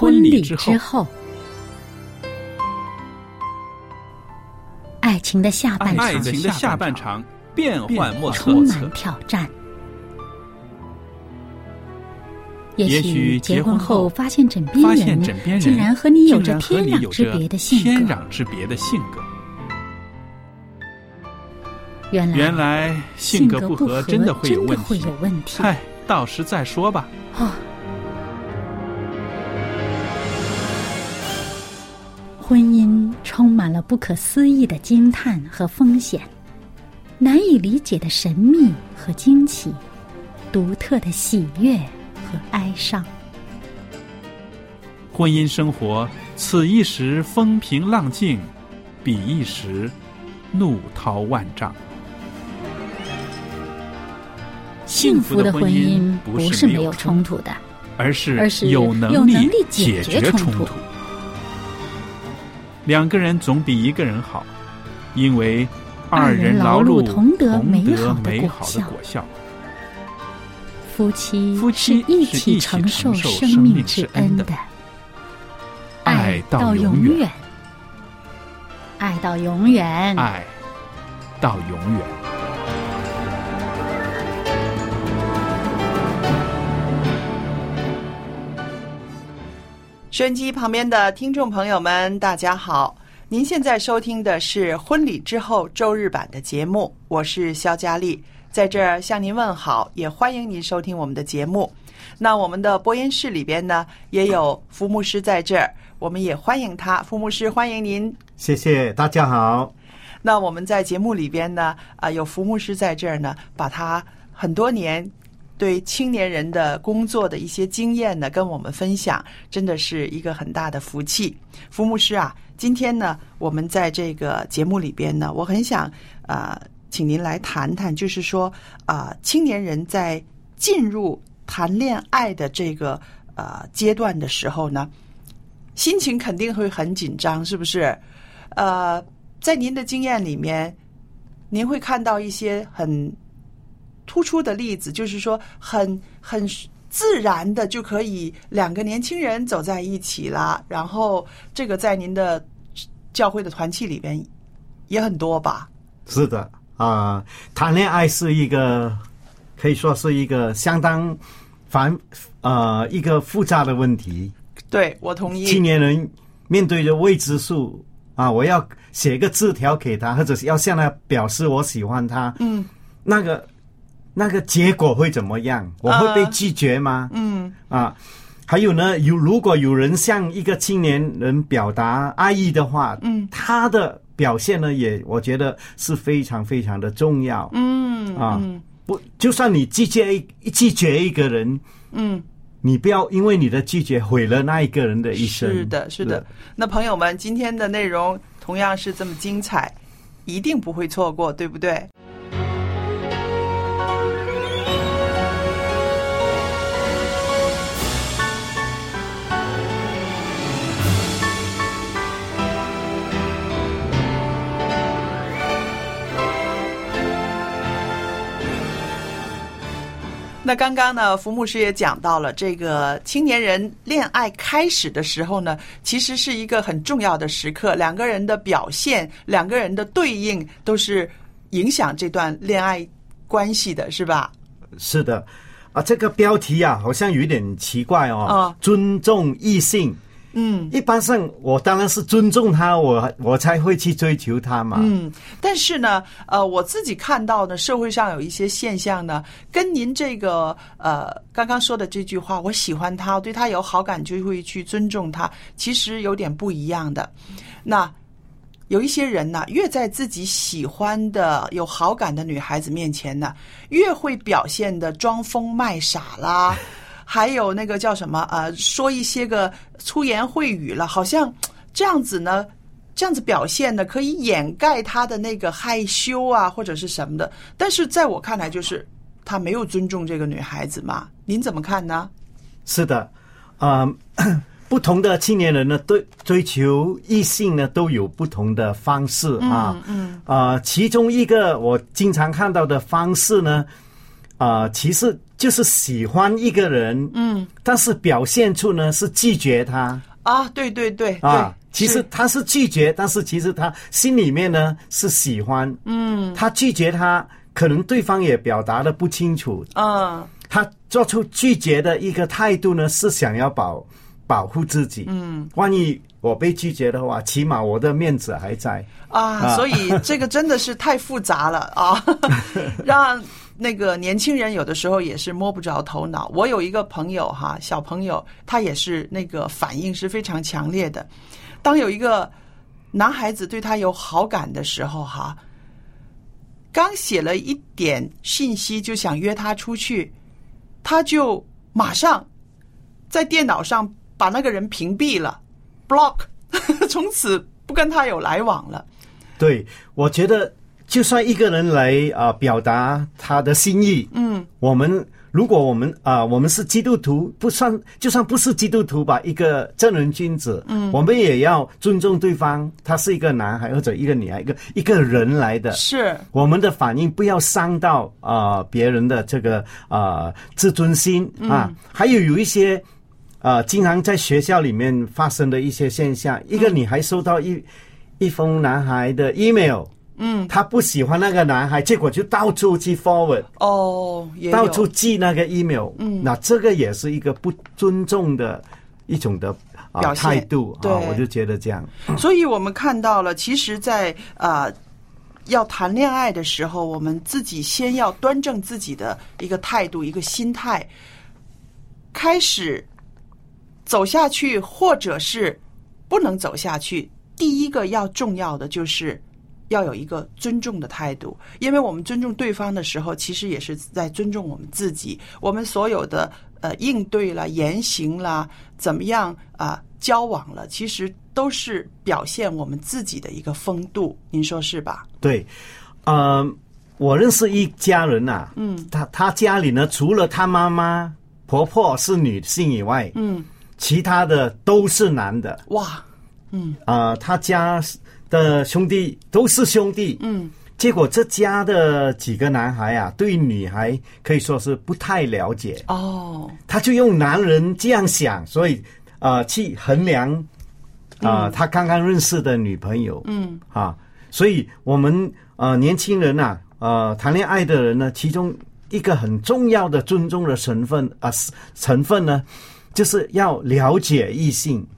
婚礼之后，爱情的下半场变幻莫测， 充满挑战。也许结婚后发现枕边人竟然和你有着天壤之别的性格。 原来性格不合真的会有问题。嗨，到时再说吧。 婚姻充满了不可思议的惊叹和风险，难以理解的神秘和惊奇，独特的喜悦和哀伤。 婚姻生活，此一时风平浪静，彼一时怒涛万丈。 幸福的婚姻不是没有冲突的， 而是有能力解决冲突。两个人总比一个人好，因为二人劳碌同得美好的果效。 夫妻是一起承受生命之恩的，爱到永远，爱到永远， 爱到永远。 收音机旁边的听众朋友们，大家好！您现在收听的是婚礼之后周日版的节目，我是肖佳丽，在这儿向您问好，也欢迎您收听我们的节目。那我们的播音室里边呢，也有福牧师在这儿，我们也欢迎他。福牧师，欢迎您。 谢谢，大家好。 那我们在节目里边呢，有福牧师在这儿呢，把他很多年对青年人的工作的一些经验呢，跟我们分享，真的是一个很大的福气。福牧师啊，今天呢，我们在这个节目里边呢，我很想请您来谈谈，就是说青年人在进入谈恋爱的这个阶段的时候呢，心情肯定会很紧张，是不是？在您的经验里面，您会看到一些很突出的例子，就是说很自然的就可以两个年轻人走在一起了，然后这个在您的教会的团契里边也很多吧？ 是的谈恋爱是一个可以说是一个相当一个复杂的问题。 对，我同意。 青年人面对着未知数我要写个字条给他，或者是要向他表示我喜欢他，那个结果会怎么样？我会被拒绝吗？还有呢，如果有人向一个青年人表达爱意的话，他的表现呢，也我觉得是非常非常的重要。不，就算你拒绝一个人，你不要因为你的拒绝毁了那一个人的一生。 是的，是的。那朋友们，今天的内容同样是这么精彩，一定不会错过，对不对？那刚刚呢，福牧师也讲到了，这个青年人恋爱开始的时候呢，其实是一个很重要的时刻，两个人的表现，两个人的对应，都是影响这段恋爱关系的，是吧？ 是的，这个标题好像有点奇怪尊重异性。一般上我当然是尊重他，我才会去追求他嘛。 但是呢，我自己看到呢，社会上有一些现象呢，跟您这个刚刚说的这句话，我喜欢他，我对他有好感，就会去尊重他，其实有点不一样的。那有一些人呢，越在自己喜欢的、有好感的女孩子面前呢，越会表现的装疯卖傻啦。还有那个叫什么说一些个粗言秽语了，好像这样子表现呢，可以掩盖他的那个害羞或者是什么的。但是在我看来，就是他没有尊重这个女孩子嘛。您怎么看呢？ 是的，不同的青年人呢，追求异性呢，都有不同的方式其中一个我经常看到的方式呢，其实就是喜欢一个人，但是表现出呢是拒绝他啊，对对对啊，其实他是拒绝，但是其实他心里面呢是喜欢，他拒绝他，可能对方也表达的不清楚，他做出拒绝的一个态度呢是想要保护自己，万一我被拒绝的话，起码我的面子还在啊，所以这个真的是太复杂了啊，让那个年轻人有的时候也是摸不着头脑。我有一个朋友哈，小朋友，他也是那个反应是非常强烈的。当有一个男孩子对他有好感的时候哈，刚写了一点信息就想约他出去，他就马上在电脑上把那个人屏蔽了 block 从此不跟他有来往了。 对，我觉得就算一个人来表达他的心意，如果我们是基督徒，就算不是基督徒吧，一个正人君子，我们也要尊重对方，他是一个男孩或者一个女孩，一个人来的， 是我们的反应不要伤到别人的这个自尊心啊。还有一些经常在学校里面发生的一些现象，一个女孩收到一封男孩的 email，他不喜欢那个男孩，结果就到处去 forward， 到处寄那个 email，那这个也是一个不尊重的一种的态度啊，我就觉得这样。 所以我们看到了，其实在要谈恋爱的时候，我们自己先要端正自己的一个态度，一个心态，开始走下去，或者是不能走下去。第一个要重要的就是要有一个尊重的态度，因为我们尊重对方的时候，其实也是在尊重我们自己。我们所有的应对啦、言行啦、怎么样交往了，其实都是表现我们自己的一个风度。您说是吧？ 对，我认识一家人啊，他家里呢，除了他妈妈、婆婆是女性以外，其他的都是男的。 哇！ 他家的兄弟都是兄弟，结果这家的几个男孩啊，对女孩可以说是不太了解哦，他就用男人这样想，所以去衡量他刚刚认识的女朋友，所以我们年轻人啊，谈恋爱的人呢，其中一个很重要的尊重的成分呢，就是要了解异性，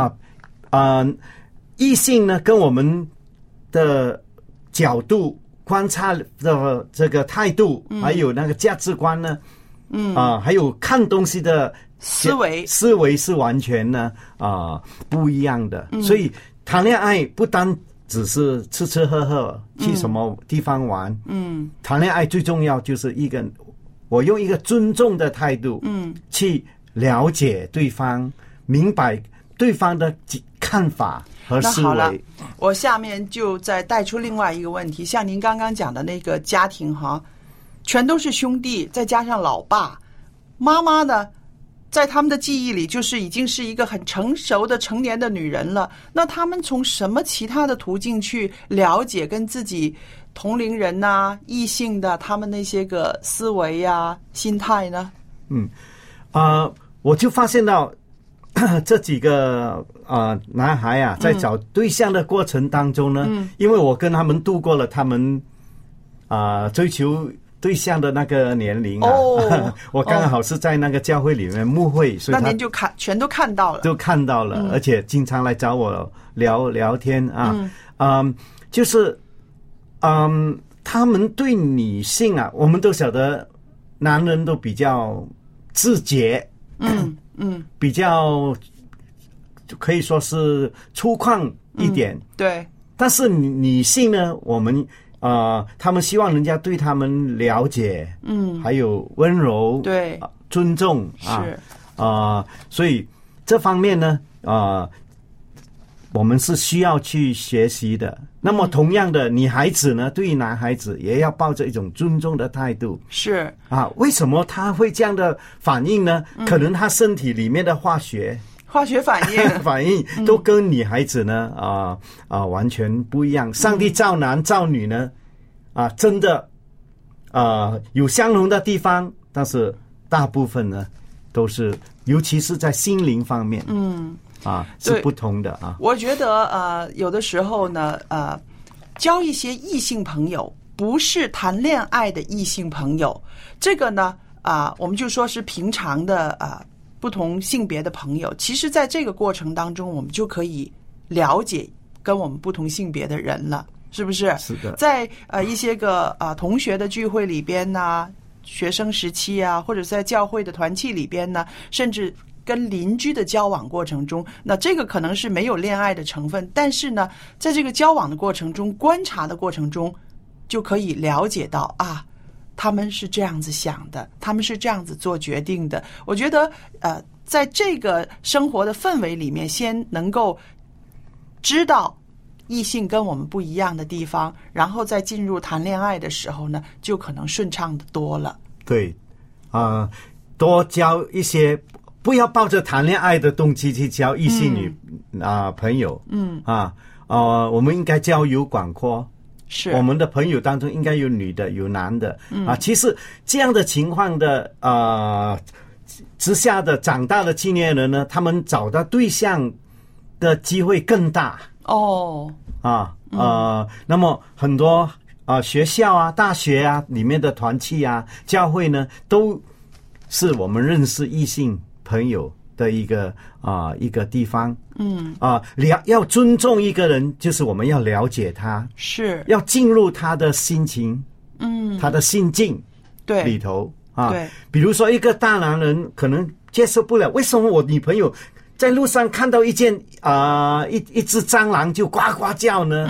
异性呢跟我们的角度观察的这个态度，还有那个价值观呢，还有看东西的思维是完全呢不一样的。所以谈恋爱不单只是吃吃喝喝，去什么地方玩，谈恋爱最重要就是我用一个尊重的态度，去了解对方，明白对方的看法和思维。 那好了，我下面就再带出另外一个问题，像您刚刚讲的那个家庭哈，全都是兄弟，再加上老爸妈妈呢，在他们的记忆里就是已经是一个很成熟的成年的女人了。那他们从什么其他的途径去了解跟自己同龄人啊、异性的他们那些个思维啊、心态呢？ 我就发现到这几个男孩啊，在找对象的过程当中呢，因为我跟他们度过了他们追求对象的那个年龄啊，我刚好是在那个教会里面牧会，所以那您就全都看到了， 都看到了，而且经常来找我聊天啊，就是他们对女性啊，我们都晓得，男人都比较自觉，比较可以说是粗犷一点， 对。 但是女性呢，我们他们希望人家对他们了解，还有温柔， 对， 尊重是所以这方面呢，我们是需要去学习的。那么同样的，女孩子呢，对于男孩子也要抱着一种尊重的态度。 是为什么他会这样的反应呢？可能他身体里面的化学反应都跟女孩子呢完全不一样。上帝造男造女呢真的有相同的地方，但是大部分呢都是，尤其是在心灵方面，是不同的啊。 我觉得有的时候呢，交一些异性朋友，不是谈恋爱的异性朋友，这个呢，我们就说是平常的不同性别的朋友。其实，在这个过程当中，我们就可以了解跟我们不同性别的人了，是不是？ 是的。 在一些个同学的聚会里边呢，学生时期啊，或者在教会的团契里边呢，甚至跟邻居的交往过程中，那这个可能是没有恋爱的成分，但是呢，在这个交往的过程中，观察的过程中，就可以了解到他们是这样子想的，他们是这样子做决定的。我觉得在这个生活的氛围里面，先能够知道异性跟我们不一样的地方，然后再进入谈恋爱的时候呢，就可能顺畅的多了。 对，多交一些，不要抱着谈恋爱的动机去交异性朋友。我们应该交友广阔。 是， 我们的朋友当中应该有女的有男的。其实这样的情况的之下的长大的青年人呢，他们找到对象的机会更大。那么很多学校啊、大学啊里面的团契啊、教会呢，都是我们认识异性朋友的一个地方。要尊重一个人，就是我们要了解他， 是要进入他的心情，他的心境里头对， 比如说一个大男人可能接受不了，为什么我女朋友在路上看到一只蟑螂就呱呱叫呢？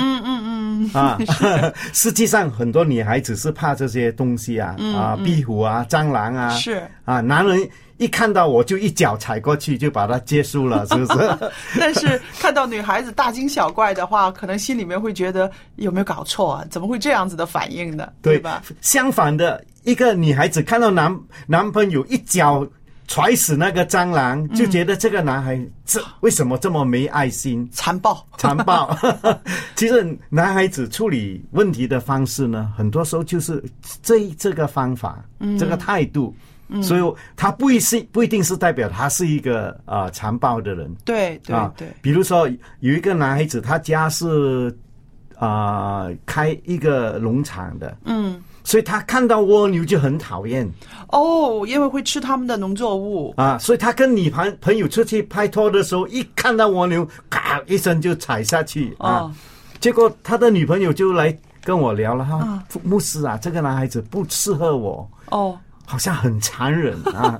实际上很多女孩子是怕这些东西壁虎啊、蟑螂啊， 是男人一看到我就一脚踩过去就把它结束了，是不是？ 但是看到女孩子大惊小怪的话，可能心里面会觉得有没有搞错啊？怎么会这样子的反应呢？对吧？ 相反的，一个女孩子看到男朋友一脚踹死那个蟑螂，就觉得这个男孩为什么这么没爱心、 残暴。 其实男孩子处理问题的方式呢，很多时候就是这个方法，这个态度。所以他不一定是代表他是一个残暴的人。 对。 比如说有一个男孩子，他家是开一个农场的，所以他看到蜗牛就很讨厌。 因为会吃他们的农作物所以他跟女朋友出去拍拖的时候，一看到蜗牛，咔一声就踩下去结果他的女朋友就来跟我聊了牧师啊，这个男孩子不适合我好像很残忍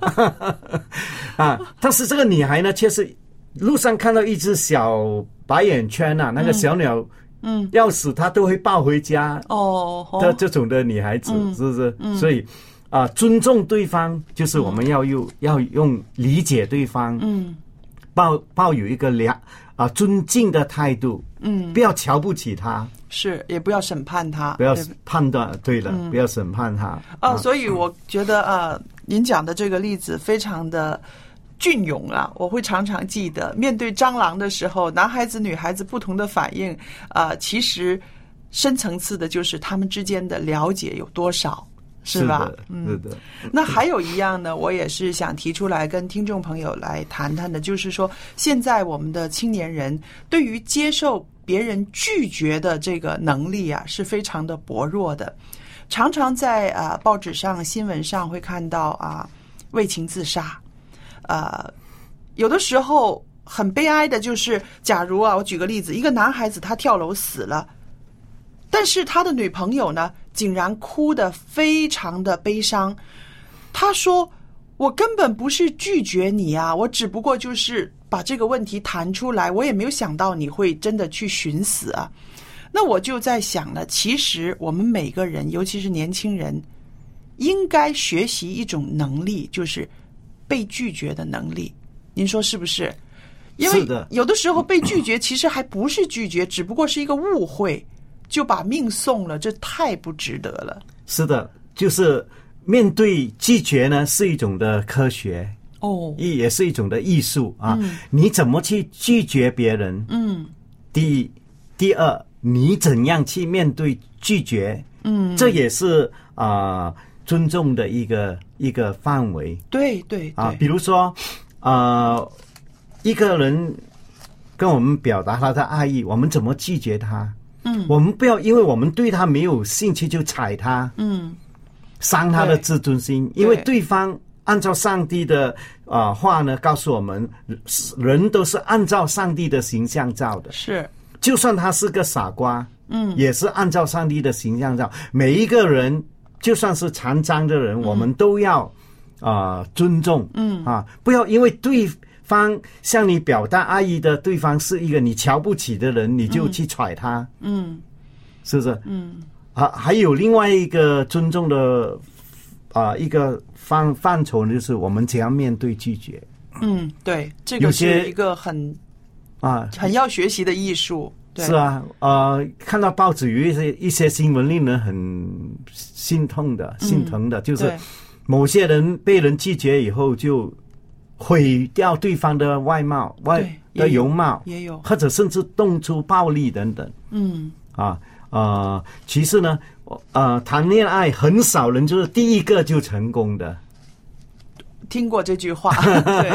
但是这个女孩呢，却是路上看到一只小白眼圈那个小鸟要死她都会抱回家的这种的女孩子，是不是？所以尊重对方，就是我们要用理解对方，抱有一个尊敬的态度，不要瞧不起他， 是也不要审判他， 不要判断，对了，不要审判他所以我觉得您讲的这个例子非常的隽永我会常常记得，面对蟑螂的时候，男孩子女孩子不同的反应其实深层次的就是他们之间的了解有多少，是吧？ 是的。 那还有一样呢，我也是想提出来跟听众朋友来谈谈的，就是说现在我们的青年人对于接受别人拒绝的这个能力是非常的薄弱的。常常在报纸上、新闻上会看到为情自杀。有的时候很悲哀的就是，假如我举个例子，一个男孩子他跳楼死了，但是他的女朋友呢，竟然哭得非常的悲伤。他说：“我根本不是拒绝你我只不过就是把这个问题谈出来，我也没有想到你会真的去寻死那我就在想呢，其实我们每个人，尤其是年轻人，应该学习一种能力，就是被拒绝的能力。您说是不是？因为有的时候被拒绝其实还不是拒绝，只不过是一个误会，就把命送了，这太不值得了。 是的，就是面对拒绝呢，是一种的科学也是一种的艺术你怎么去拒绝别人？第一，第二，你怎样去面对拒绝？这也是尊重的一个一个范围。 对对啊， 对， 比如说一个人跟我们表达他的爱意，我们怎么拒绝他？我们不要因为我们对他没有兴趣就踩他，伤他的自尊心，因为对方按照上帝的话呢告诉我们，人都是按照上帝的形象造的， 是， 就算他是个傻瓜，也是按照上帝的形象造。每一个人，就算是残障的人，我们都要尊重，不要因为对方向你表达爱意的对方是一个你瞧不起的人，你就去踹他，是不是？还有另外一个尊重的一个范畴，就是我们怎样面对拒绝。 对，这个是一个很要学习的艺术。对， 是啊，看到报纸有一些新闻令人很心疼的，就是某些人被人拒绝以后就毁掉对方的外貌、的容貌， 也有， 或者甚至动出暴力等等。其实呢，谈恋爱很少人就是第一个就成功的。 听过这句话，对，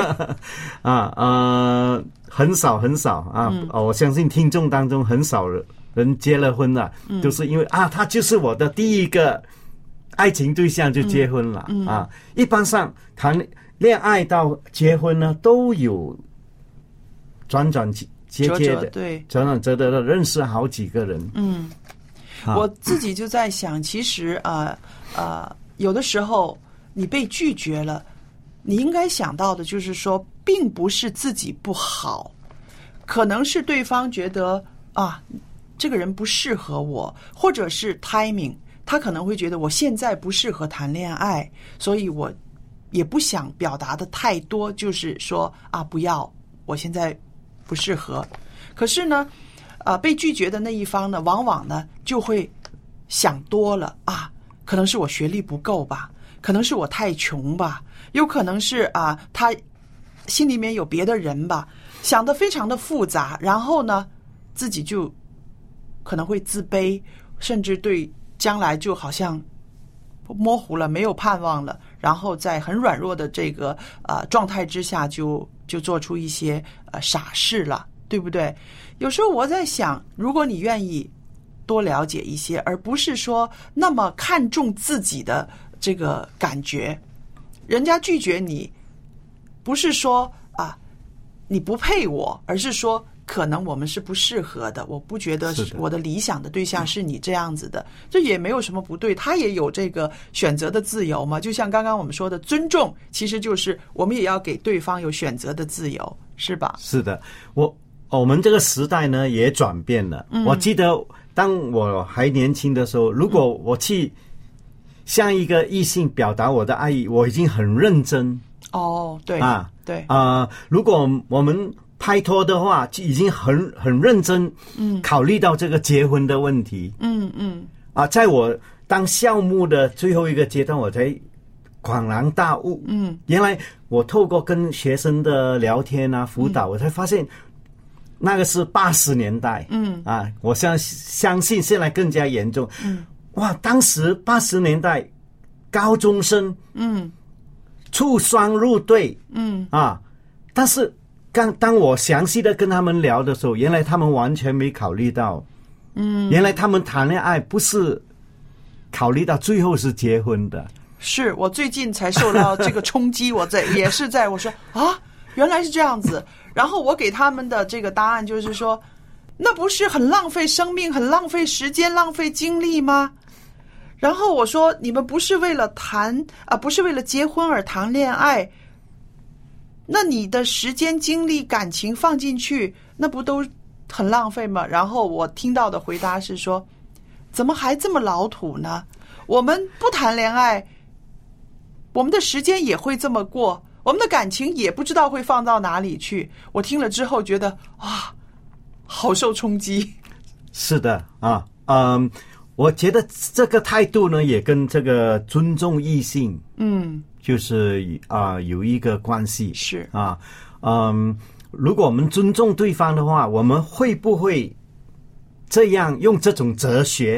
很少我相信听众当中很少人结了婚了，就是因为他就是我的第一个爱情对象就结婚了。一般上谈恋爱到结婚呢，都有转接的， 对， 转折的认识好几个人。 我自己就在想，其实有的时候你被拒绝了，你应该想到的就是说，并不是自己不好，可能是对方觉得这个人不适合我，或者是 timing， 他可能会觉得我现在不适合谈恋爱，所以我也不想表达的太多，就是说不要，我现在不适合。可是呢被拒绝的那一方呢，往往呢就会想多了可能是我学历不够吧，可能是我太穷吧，有可能是他心里面有别的人吧，想得非常的复杂，然后呢自己就可能会自卑，甚至对将来就好像模糊了，没有盼望了，然后在很软弱的这个状态之下就做出一些傻事了，对不对？有时候我在想，如果你愿意多了解一些，而不是说那么看重自己的这个感觉，人家拒绝你不是说你不配我，而是说可能我们是不适合的，我不觉得我的理想的对象是你这样子的，这也没有什么不对，他也有这个选择的自由嘛。就像刚刚我们说的，尊重其实就是我们也要给对方有选择的自由，是吧？是的， 我们这个时代呢也转变了。我记得当我还年轻的时候，如果我去向一个异性表达我的爱意，我已经很认真。 对对如果我们拍拖的话，就已经很认真，考虑到这个结婚的问题。在我当校牧的最后一个阶段，我才恍然大悟。原来我透过跟学生的聊天辅导，我才发现那个是80年代。我相信现在更加严重。当时80年代高中生出双入对。但是当我详细的跟他们聊的时候，原来他们完全没考虑到，原来他们谈恋爱不是考虑到最后是结婚的。 是我最近才受到这个冲击，我说原来是这样子。然后我给他们的这个答案就是说，那不是很浪费生命，很浪费时间，浪费精力吗？然后我说，你们不是为了不是为了结婚而谈恋爱，那你的时间、精力、感情放进去，那不都很浪费吗？然后我听到的回答是说，怎么还这么老土呢？我们不谈恋爱，我们的时间也会这么过，我们的感情也不知道会放到哪里去。我听了之后觉得好受冲击。 是的我觉得这个态度呢，也跟这个尊重异性，就是有一个关系。 是如果我们尊重对方的话，我们会不会这样用这种哲学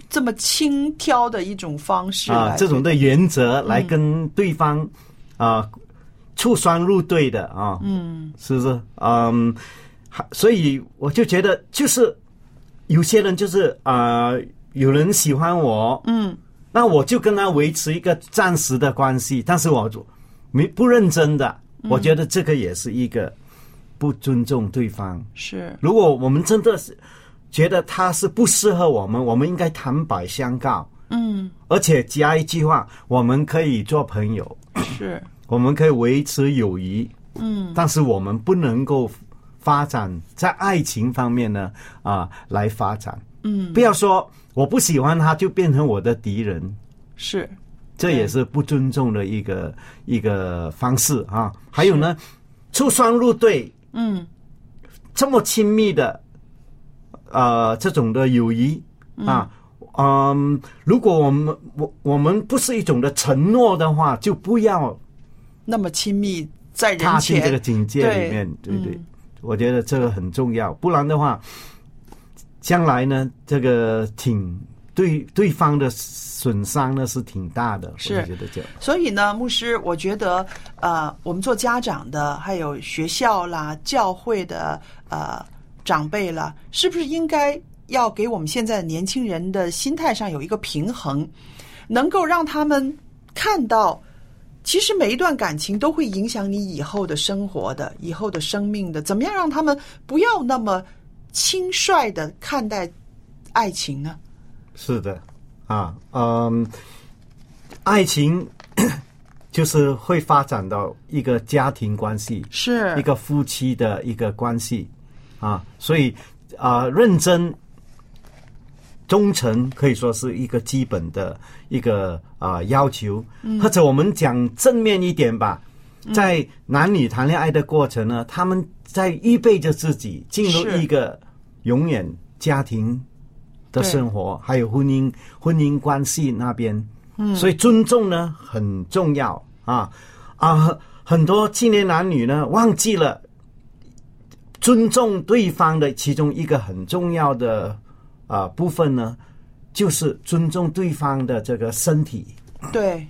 这么轻佻的一种方式这种的原则来跟对方出双入对的是不是？所以我就觉得，就是有些人就是有人喜欢我，那我就跟他维持一个暂时的关系，但是我不认真的，我觉得这个也是一个不尊重对方。 是， 如果我们真的是觉得他是不适合我们，我们应该坦白相告。而且加一句话，我们可以做朋友， 是， 我们可以维持友谊。但是我们不能够发展在爱情方面呢来发展。不要说我不喜欢他就变成我的敌人， 是， 这也是不尊重的一个方式还有呢，出双入对，这么亲密的这种的友谊如果我们不是一种的承诺的话，就不要那么亲密，在人前踏进这个境界里面，对，我觉得这个很重要，不然的话，将来呢，这个对方的损伤呢是挺大的， 是， 我觉得这样。 所以呢，牧师，我觉得我们做家长的，还有学校啦、教会的长辈啦，是不是应该要给我们现在的年轻人的心态上有一个平衡，能够让他们看到，其实每一段感情都会影响你以后的生活的、以后的生命的，怎么样让他们不要那么轻率的看待爱情呢？ 是的，爱情就是会发展到一个家庭关系， 是一个夫妻的一个关系所以认真忠诚可以说是一个基本的一个要求，或者我们讲正面一点吧，在男女谈恋爱的过程呢，他们在预备着自己进入一个永远家庭的生活，还有婚姻关系那边，所以尊重呢很重要很多青年男女呢忘记了尊重对方的其中一个很重要的部分呢，就是尊重对方的这个身体。 对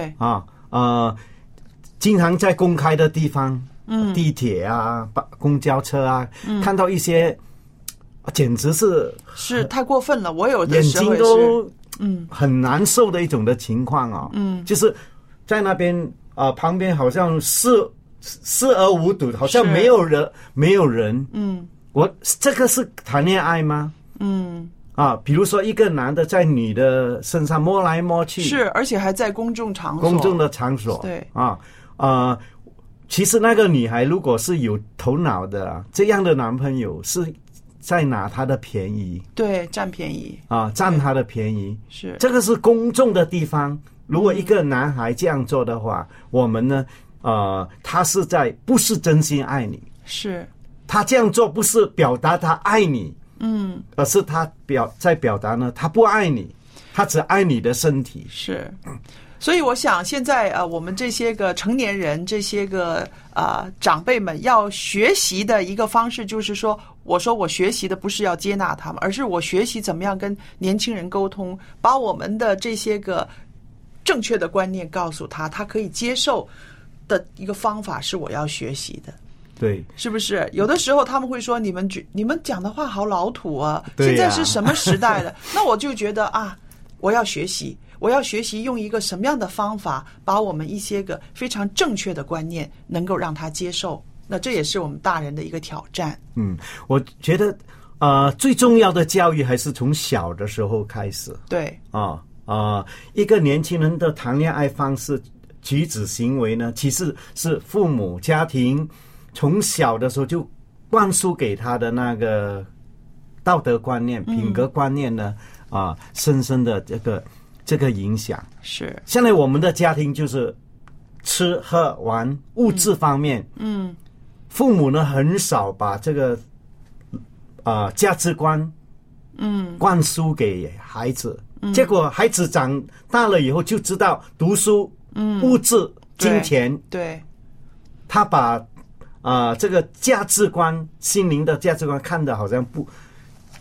经常在公开的地方，地铁公交车看到一些简直是太过分了，我有的时候眼睛都很难受的一种的情况就是在那边旁边好像视而无睹，好像没有人。我这个是谈恋爱吗？比如说一个男的在女的身上摸来摸去， 是，而且还在公众场所，对其实那个女孩如果是有头脑的，这样的男朋友是在拿她的便宜， 对，占便宜占她的便宜， 是， 这个是公众的地方。如果一个男孩这样做的话，我们呢他是不是真心爱你， 是他这样做不是表达他爱你，而是他在表达呢他不爱你，他只爱你的身体。 是，所以我想现在我们这些个成年人，这些个长辈们要学习的一个方式，就是说，我学习的不是要接纳他们，而是我学习怎么样跟年轻人沟通，把我们的这些个正确的观念告诉他，他可以接受的一个方法是我要学习的。 对， 是不是？有的时候他们会说你们讲的话好老土现在是什么时代了？那我就觉得我要学习用一个什么样的方法，把我们一些个非常正确的观念能够让他接受。那这也是我们大人的一个挑战。 我觉得最重要的教育还是从小的时候开始。 对一个年轻人的谈恋爱方式、举止行为呢，其实是父母家庭从小的时候就灌输给他的那个道德观念、品格观念呢，深深的这个影响。 是， 现在我们的家庭就是吃喝玩物质方面，父母呢很少把这个价值观灌输给孩子，结果孩子长大了以后就知道读书、物质、金钱， 对， 他把这个价值观、心灵的价值观看得好像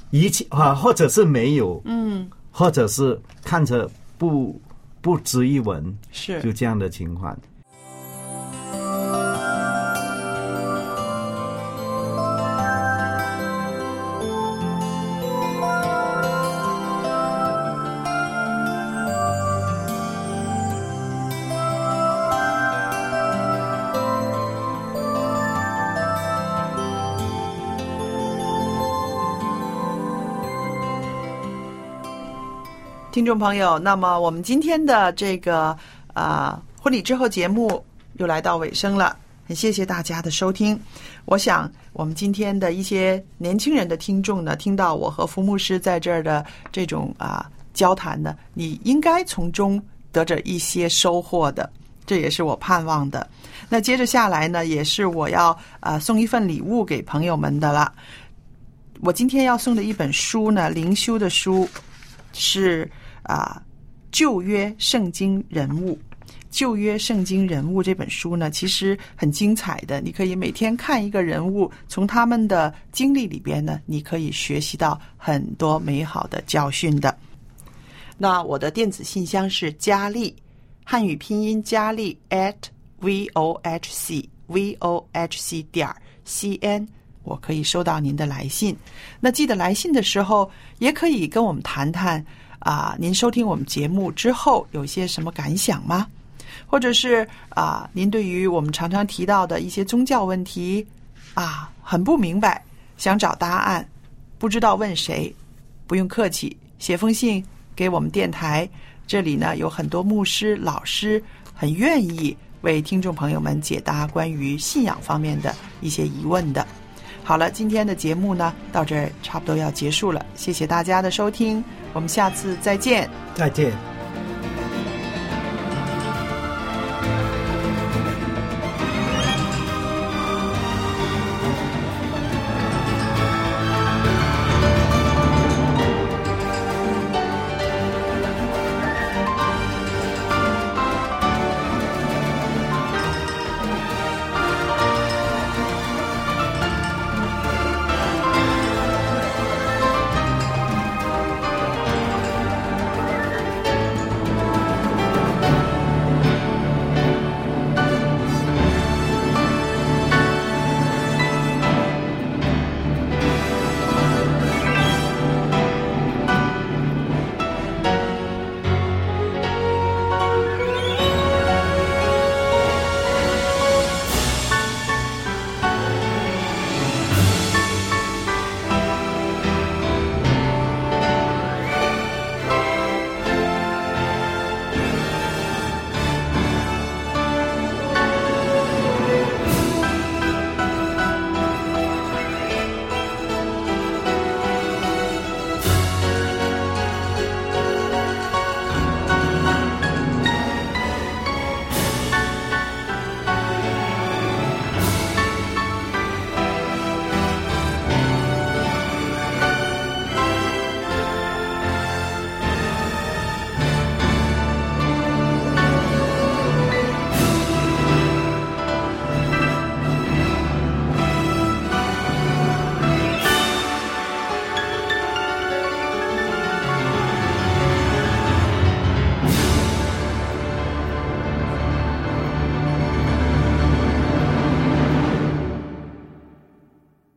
一切或者是没有，或者是看着不值一文， 是就这样的情况。 听众朋友，那么我们今天的这个婚礼之后节目又来到尾声了，很谢谢大家的收听。我想我们今天的一些年轻人的听众呢，听到我和福牧师在这儿的这种交谈呢，你应该从中得着一些收获的，这也是我盼望的。那接着下来呢，也是我要送一份礼物给朋友们的了。我今天要送的一本书呢，灵修的书是旧约圣经人物。旧约圣经人物这本书呢，其实很精彩的，你可以每天看一个人物，从他们的经历里边呢，你可以学习到很多美好的教训的。那我的电子信箱是佳丽，汉语拼音佳丽 @vohc.cn， 我可以收到您的来信。那记得来信的时候，也可以跟我们谈谈您收听我们节目之后有些什么感想吗？或者是您对于我们常常提到的一些宗教问题很不明白，想找答案，不知道问谁，不用客气，写封信给我们电台，这里呢有很多牧师老师很愿意为听众朋友们解答关于信仰方面的一些疑问的。好了，今天的节目呢到这儿差不多要结束了，谢谢大家的收听，我们下次再见。 再见。